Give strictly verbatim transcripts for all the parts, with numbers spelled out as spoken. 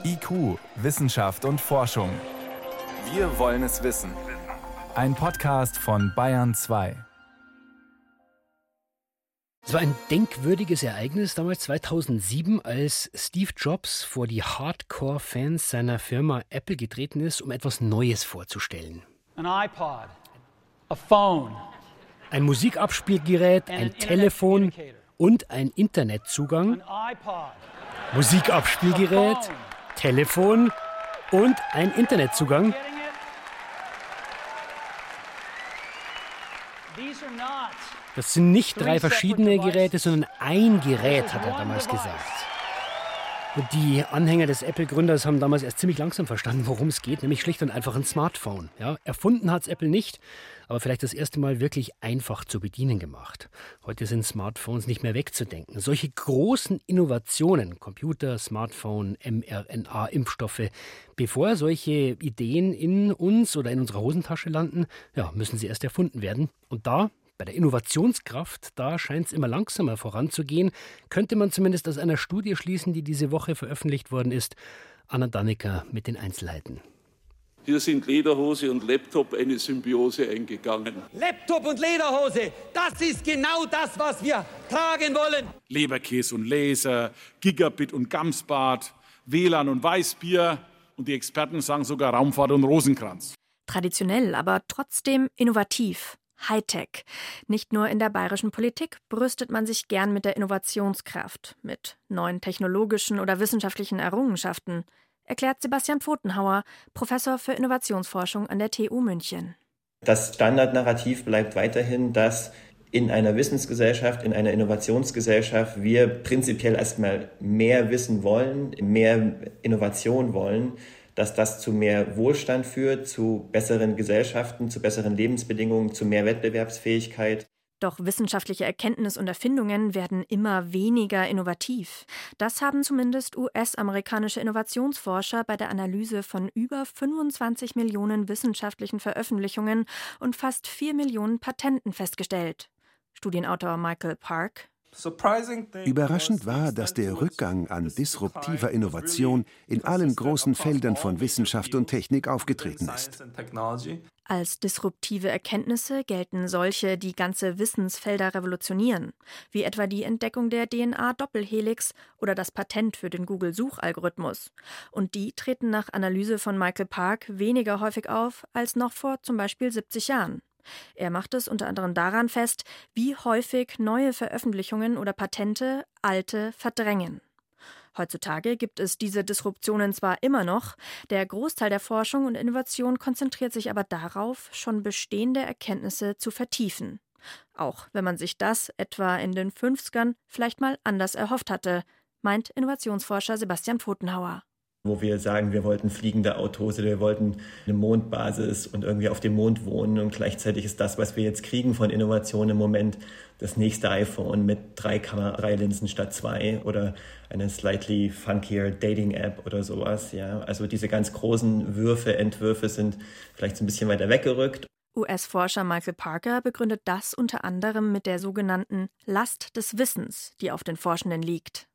I Q, Wissenschaft und Forschung. Wir wollen es wissen. Ein Podcast von Bayern zwei. Es war ein denkwürdiges Ereignis damals zweitausendsieben, als Steve Jobs vor die Hardcore-Fans seiner Firma Apple getreten ist, um etwas Neues vorzustellen. An iPod, a phone, ein Musikabspielgerät, ein Telefon und ein Internetzugang. an iPod, Musikabspielgerät, Telefon und ein Internetzugang. getting it? These are not. Das sind nicht drei verschiedene Geräte, sondern ein Gerät, hat er damals gesagt. Und die Anhänger des Apple-Gründers haben damals erst ziemlich langsam verstanden, worum es geht, nämlich schlicht und einfach ein Smartphone. Ja, erfunden hat es Apple nicht, aber vielleicht das erste Mal wirklich einfach zu bedienen gemacht. Heute sind Smartphones nicht mehr wegzudenken. Solche großen Innovationen, Computer, Smartphone, mRNA-Impfstoffe, bevor solche Ideen in uns oder in unserer Hosentasche landen, ja, müssen sie erst erfunden werden. Und da, bei der Innovationskraft, da scheint es immer langsamer voranzugehen, könnte man zumindest aus einer Studie schließen, die diese Woche veröffentlicht worden ist. Anna Dannecker mit den Einzelheiten. Hier sind Lederhose und Laptop eine Symbiose eingegangen. Laptop und Lederhose, das ist genau das, was wir tragen wollen. Leberkäse und Laser, Gigabit und Gamsbad, W L A N und Weißbier und die Experten sagen sogar Raumfahrt und Rosenkranz. Traditionell, aber trotzdem innovativ. Hightech. Nicht nur in der bayerischen Politik brüstet man sich gern mit der Innovationskraft, mit neuen technologischen oder wissenschaftlichen Errungenschaften, erklärt Sebastian Pfotenhauer, Professor für Innovationsforschung an der T U München. Das Standardnarrativ bleibt weiterhin, dass in einer Wissensgesellschaft, in einer Innovationsgesellschaft wir prinzipiell erstmal mehr Wissen wollen, mehr Innovation wollen, dass das zu mehr Wohlstand führt, zu besseren Gesellschaften, zu besseren Lebensbedingungen, zu mehr Wettbewerbsfähigkeit. Doch wissenschaftliche Erkenntnis und Erfindungen werden immer weniger innovativ. Das haben zumindest U S-amerikanische Innovationsforscher bei der Analyse von über fünfundzwanzig Millionen wissenschaftlichen Veröffentlichungen und fast vier Millionen Patenten festgestellt. Studienautor Michael Park: Überraschend war, dass der Rückgang an disruptiver Innovation in allen großen Feldern von Wissenschaft und Technik aufgetreten ist. Als disruptive Erkenntnisse gelten solche, die ganze Wissensfelder revolutionieren, wie etwa die Entdeckung der D N A-Doppelhelix oder das Patent für den Google-Suchalgorithmus. Und die treten nach Analyse von Michael Park weniger häufig auf als noch vor zum Beispiel siebzig Jahren. Er macht es unter anderem daran fest, wie häufig neue Veröffentlichungen oder Patente alte verdrängen. Heutzutage gibt es diese Disruptionen zwar immer noch, der Großteil der Forschung und Innovation konzentriert sich aber darauf, schon bestehende Erkenntnisse zu vertiefen. Auch wenn man sich das etwa in den fünfzigern vielleicht mal anders erhofft hatte, meint Innovationsforscher Sebastian Pfotenhauer. Wo wir sagen, wir wollten fliegende Autos oder wir wollten eine Mondbasis und irgendwie auf dem Mond wohnen. Und gleichzeitig ist das, was wir jetzt kriegen von Innovation im Moment, das nächste iPhone mit drei Kameralinsen statt zwei oder eine slightly funkier Dating-App oder sowas. Ja, also diese ganz großen Würfe, Entwürfe sind vielleicht so ein bisschen weiter weggerückt. U S-Forscher Michael Parker begründet das unter anderem mit der sogenannten Last des Wissens, die auf den Forschenden liegt.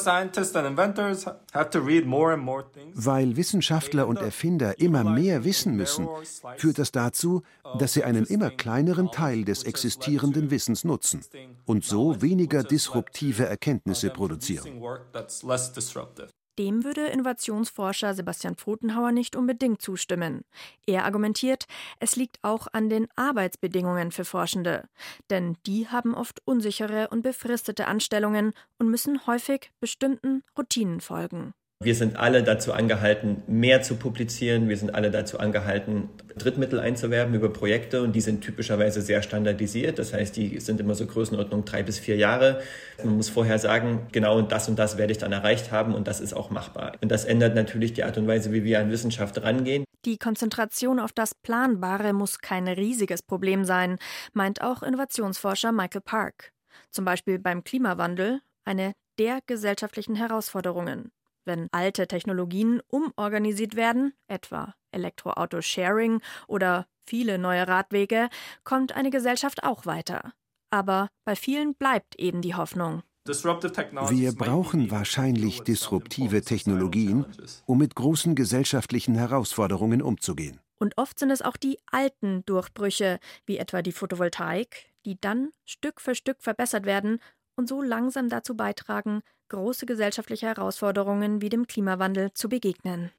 Weil Wissenschaftler und Erfinder immer mehr wissen müssen, führt das dazu, dass sie einen immer kleineren Teil des existierenden Wissens nutzen und so weniger disruptive Erkenntnisse produzieren. Dem würde Innovationsforscher Sebastian Pfotenhauer nicht unbedingt zustimmen. Er argumentiert, es liegt auch an den Arbeitsbedingungen für Forschende. Denn die haben oft unsichere und befristete Anstellungen und müssen häufig bestimmten Routinen folgen. Wir sind alle dazu angehalten, mehr zu publizieren. Wir sind alle dazu angehalten, Drittmittel einzuwerben über Projekte. Und die sind typischerweise sehr standardisiert. Das heißt, die sind immer so Größenordnung drei bis vier Jahre. Man muss vorher sagen, genau das und das werde ich dann erreicht haben. Und das ist auch machbar. Und das ändert natürlich die Art und Weise, wie wir an Wissenschaft rangehen. Die Konzentration auf das Planbare muss kein riesiges Problem sein, meint auch Innovationsforscher Michael Park. Zum Beispiel beim Klimawandel, eine der gesellschaftlichen Herausforderungen. Wenn alte Technologien umorganisiert werden, etwa Elektroauto-Sharing oder viele neue Radwege, kommt eine Gesellschaft auch weiter. Aber bei vielen bleibt eben die Hoffnung. Wir brauchen wahrscheinlich disruptive Technologien, um mit großen gesellschaftlichen Herausforderungen umzugehen. Und oft sind es auch die alten Durchbrüche, wie etwa die Photovoltaik, die dann Stück für Stück verbessert werden und so langsam dazu beitragen, große gesellschaftliche Herausforderungen wie dem Klimawandel zu begegnen.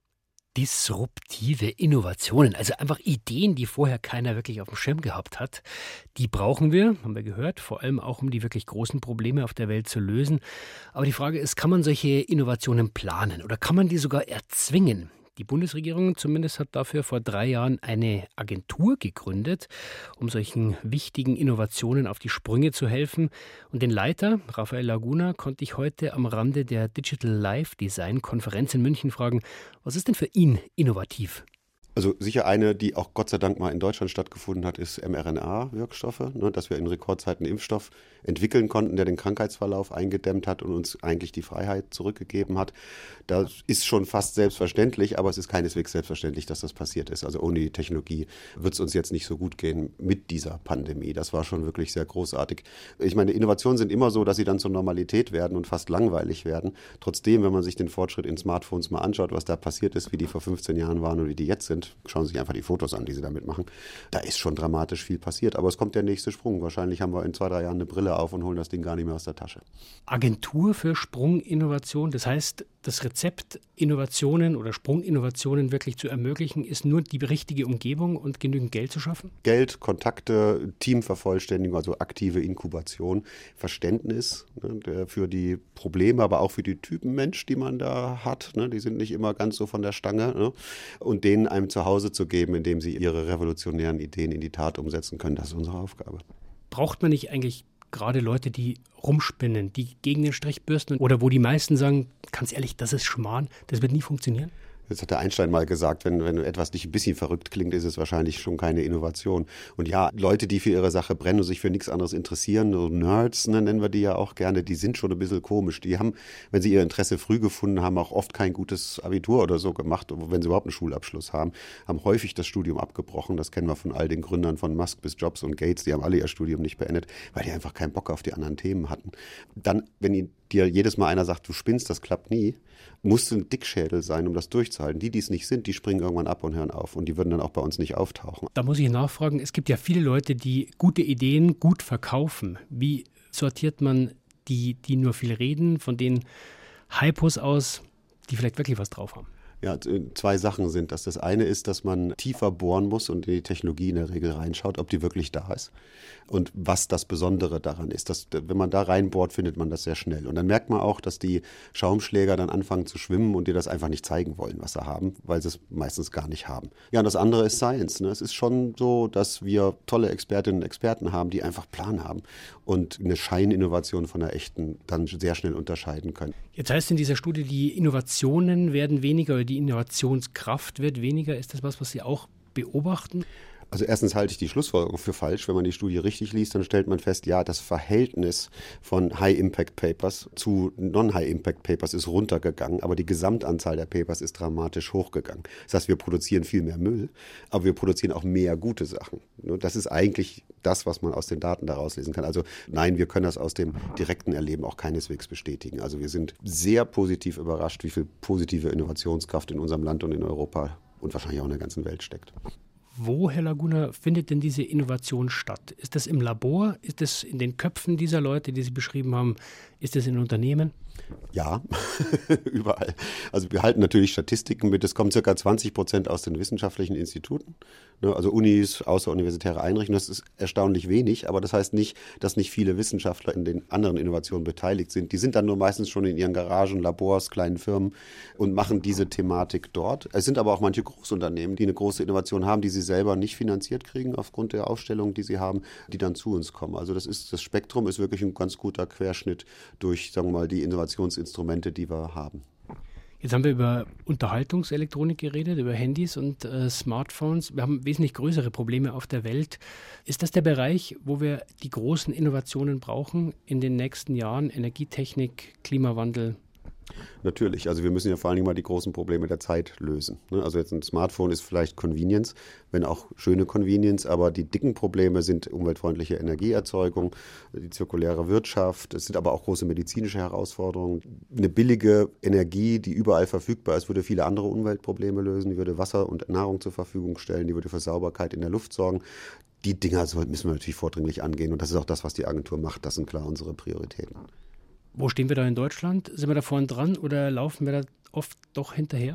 Disruptive Innovationen, also einfach Ideen, die vorher keiner wirklich auf dem Schirm gehabt hat, die brauchen wir, haben wir gehört, vor allem auch, um die wirklich großen Probleme auf der Welt zu lösen. Aber die Frage ist, kann man solche Innovationen planen oder kann man die sogar erzwingen? Die Bundesregierung zumindest hat dafür vor drei Jahren eine Agentur gegründet, um solchen wichtigen Innovationen auf die Sprünge zu helfen. Und den Leiter, Rafael Laguna, konnte ich heute am Rande der Digital Life Design Konferenz in München fragen, was ist denn für ihn innovativ? Also sicher eine, die auch Gott sei Dank mal in Deutschland stattgefunden hat, ist mRNA-Wirkstoffe, ne, dass wir in Rekordzeit einen Impfstoff entwickeln konnten, der den Krankheitsverlauf eingedämmt hat und uns eigentlich die Freiheit zurückgegeben hat. Das ist schon fast selbstverständlich, aber es ist keineswegs selbstverständlich, dass das passiert ist. Also ohne die Technologie wird es uns jetzt nicht so gut gehen mit dieser Pandemie. Das war schon wirklich sehr großartig. Ich meine, Innovationen sind immer so, dass sie dann zur Normalität werden und fast langweilig werden. Trotzdem, wenn man sich den Fortschritt in Smartphones mal anschaut, was da passiert ist, wie die vor fünfzehn Jahren waren und wie die jetzt sind, schauen Sie sich einfach die Fotos an, die Sie damit machen. Da ist schon dramatisch viel passiert. Aber es kommt der nächste Sprung. Wahrscheinlich haben wir in zwei, drei Jahren eine Brille auf und holen das Ding gar nicht mehr aus der Tasche. Agentur für Sprunginnovation, das heißt, das Rezept, Innovationen oder Sprunginnovationen wirklich zu ermöglichen, ist nur die richtige Umgebung und genügend Geld zu schaffen? Geld, Kontakte, Teamvervollständigung, also aktive Inkubation, Verständnis, ne, für die Probleme, aber auch für die Typen Mensch, die man da hat. Ne, die sind nicht immer ganz so von der Stange. Ne, und denen einem zu Hause zu geben, indem sie ihre revolutionären Ideen in die Tat umsetzen können, das ist unsere Aufgabe. Braucht man nicht eigentlich gerade Leute, die rumspinnen, die gegen den Strich bürsten oder wo die meisten sagen, ganz ehrlich, das ist Schmarrn, das wird nie funktionieren? Jetzt hat der Einstein mal gesagt, wenn, wenn etwas nicht ein bisschen verrückt klingt, ist es wahrscheinlich schon keine Innovation. Und ja, Leute, die für ihre Sache brennen und sich für nichts anderes interessieren, so Nerds, ne, nennen wir die ja auch gerne, die sind schon ein bisschen komisch. Die haben, wenn sie ihr Interesse früh gefunden haben, auch oft kein gutes Abitur oder so gemacht, wenn sie überhaupt einen Schulabschluss haben, haben häufig das Studium abgebrochen. Das kennen wir von all den Gründern von Musk bis Jobs und Gates, die haben alle ihr Studium nicht beendet, weil die einfach keinen Bock auf die anderen Themen hatten. Dann, wenn dir jedes Mal einer sagt, du spinnst, das klappt nie, musst du ein Dickschädel sein, um das durchzuhalten. Die, die es nicht sind, die springen irgendwann ab und hören auf. Und die würden dann auch bei uns nicht auftauchen. Da muss ich nachfragen, es gibt ja viele Leute, die gute Ideen gut verkaufen. Wie sortiert man die, die nur viel reden, von den Hypos aus, die vielleicht wirklich was drauf haben? Ja, zwei Sachen sind das. Das eine ist, dass man tiefer bohren muss und in die Technologie in der Regel reinschaut, ob die wirklich da ist und was das Besondere daran ist. Das, wenn man da reinbohrt, findet man das sehr schnell. Und dann merkt man auch, dass die Schaumschläger dann anfangen zu schwimmen und dir das einfach nicht zeigen wollen, was sie haben, weil sie es meistens gar nicht haben. Ja, und das andere ist Science. Ne? Es ist schon so, dass wir tolle Expertinnen und Experten haben, die einfach Plan haben und eine Scheininnovation von einer echten dann sehr schnell unterscheiden können. Jetzt heißt in dieser Studie, die Innovationen werden weniger oder die Innovationskraft wird weniger. Ist das was, was Sie auch beobachten? Also erstens halte ich die Schlussfolgerung für falsch. Wenn man die Studie richtig liest, dann stellt man fest, ja, das Verhältnis von High-Impact-Papers zu Non-High-Impact-Papers ist runtergegangen, aber die Gesamtanzahl der Papers ist dramatisch hochgegangen. Das heißt, wir produzieren viel mehr Müll, aber wir produzieren auch mehr gute Sachen. Das ist eigentlich das, was man aus den Daten daraus lesen kann. Also nein, wir können das aus dem direkten Erleben auch keineswegs bestätigen. Also wir sind sehr positiv überrascht, wie viel positive Innovationskraft in unserem Land und in Europa und wahrscheinlich auch in der ganzen Welt steckt. Wo, Herr Laguna, findet denn diese Innovation statt? Ist das im Labor? Ist das in den Köpfen dieser Leute, die Sie beschrieben haben? Ist das in Unternehmen? Ja, überall. Also wir halten natürlich Statistiken mit. Es kommen circa zwanzig Prozent aus den wissenschaftlichen Instituten, ne, also Unis, außeruniversitäre Einrichtungen. Das ist erstaunlich wenig, aber das heißt nicht, dass nicht viele Wissenschaftler in den anderen Innovationen beteiligt sind. Die sind dann nur meistens schon in ihren Garagen, Labors, kleinen Firmen und machen diese Thematik dort. Es sind aber auch manche Großunternehmen, die eine große Innovation haben, die sie selber nicht finanziert kriegen aufgrund der Aufstellung, die sie haben, die dann zu uns kommen. Also das ist, das Spektrum ist wirklich ein ganz guter Querschnitt durch, sagen wir mal, die Innovationsinstrumente, die wir haben. Jetzt haben wir über Unterhaltungselektronik geredet, über Handys und äh, Smartphones. Wir haben wesentlich größere Probleme auf der Welt. Ist das der Bereich, wo wir die großen Innovationen brauchen in den nächsten Jahren? Energietechnik, Klimawandel? Natürlich, also wir müssen ja vor allen Dingen mal die großen Probleme der Zeit lösen. Also jetzt ein Smartphone ist vielleicht Convenience, wenn auch schöne Convenience, aber die dicken Probleme sind umweltfreundliche Energieerzeugung, die zirkuläre Wirtschaft, es sind aber auch große medizinische Herausforderungen. Eine billige Energie, die überall verfügbar ist, würde viele andere Umweltprobleme lösen, die würde Wasser und Nahrung zur Verfügung stellen, die würde für Sauberkeit in der Luft sorgen. Die Dinger müssen wir natürlich vordringlich angehen und das ist auch das, was die Agentur macht. Das sind klar unsere Prioritäten. Wo stehen wir da in Deutschland? Sind wir da vorne dran oder laufen wir da oft doch hinterher?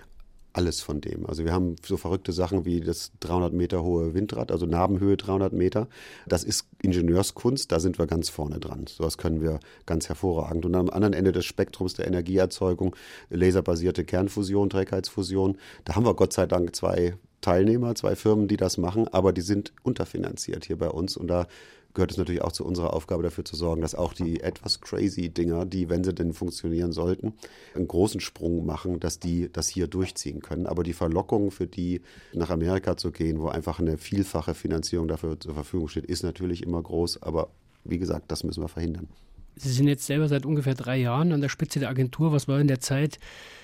Alles von dem. Also wir haben so verrückte Sachen wie das dreihundert Meter hohe Windrad, also Nabenhöhe dreihundert Meter. Das ist Ingenieurskunst, da sind wir ganz vorne dran. Sowas können wir ganz hervorragend. Und am anderen Ende des Spektrums der Energieerzeugung, laserbasierte Kernfusion, Trägheitsfusion, da haben wir Gott sei Dank zwei Teilnehmer, zwei Firmen, die das machen, aber die sind unterfinanziert hier bei uns und da gehört es natürlich auch zu unserer Aufgabe, dafür zu sorgen, dass auch die etwas crazy Dinger, die, wenn sie denn funktionieren sollten, einen großen Sprung machen, dass die das hier durchziehen können. Aber die Verlockung für die, nach Amerika zu gehen, wo einfach eine vielfache Finanzierung dafür zur Verfügung steht, ist natürlich immer groß. Aber wie gesagt, das müssen wir verhindern. Sie sind jetzt selber seit ungefähr drei Jahren an der Spitze der Agentur. Was war in der Zeit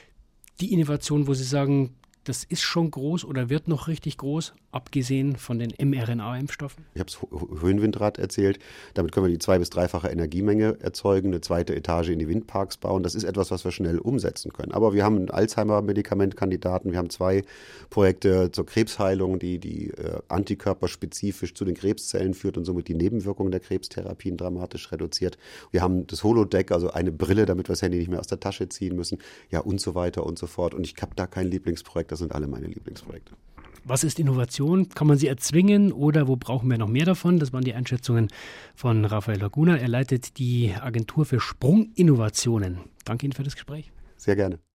die Innovation, wo Sie sagen, das ist schon groß oder wird noch richtig groß, abgesehen von den mRNA-Impfstoffen? Ich habe das Höhenwindrad erzählt. Damit können wir die zwei- bis dreifache Energiemenge erzeugen, eine zweite Etage in die Windparks bauen. Das ist etwas, was wir schnell umsetzen können. Aber wir haben einen Alzheimer-Medikamentkandidaten. Wir haben zwei Projekte zur Krebsheilung, die, die äh, antikörperspezifisch zu den Krebszellen führt und somit die Nebenwirkungen der Krebstherapien dramatisch reduziert. Wir haben das Holodeck, also eine Brille, damit wir das Handy nicht mehr aus der Tasche ziehen müssen. Ja, und so weiter und so fort. Und ich habe da kein Lieblingsprojekt. Das sind alle meine Lieblingsprojekte. Was ist Innovation? Kann man sie erzwingen oder wo brauchen wir noch mehr davon? Das waren die Einschätzungen von Rafael Laguna. Er leitet die Agentur für Sprunginnovationen. Danke Ihnen für das Gespräch. Sehr gerne.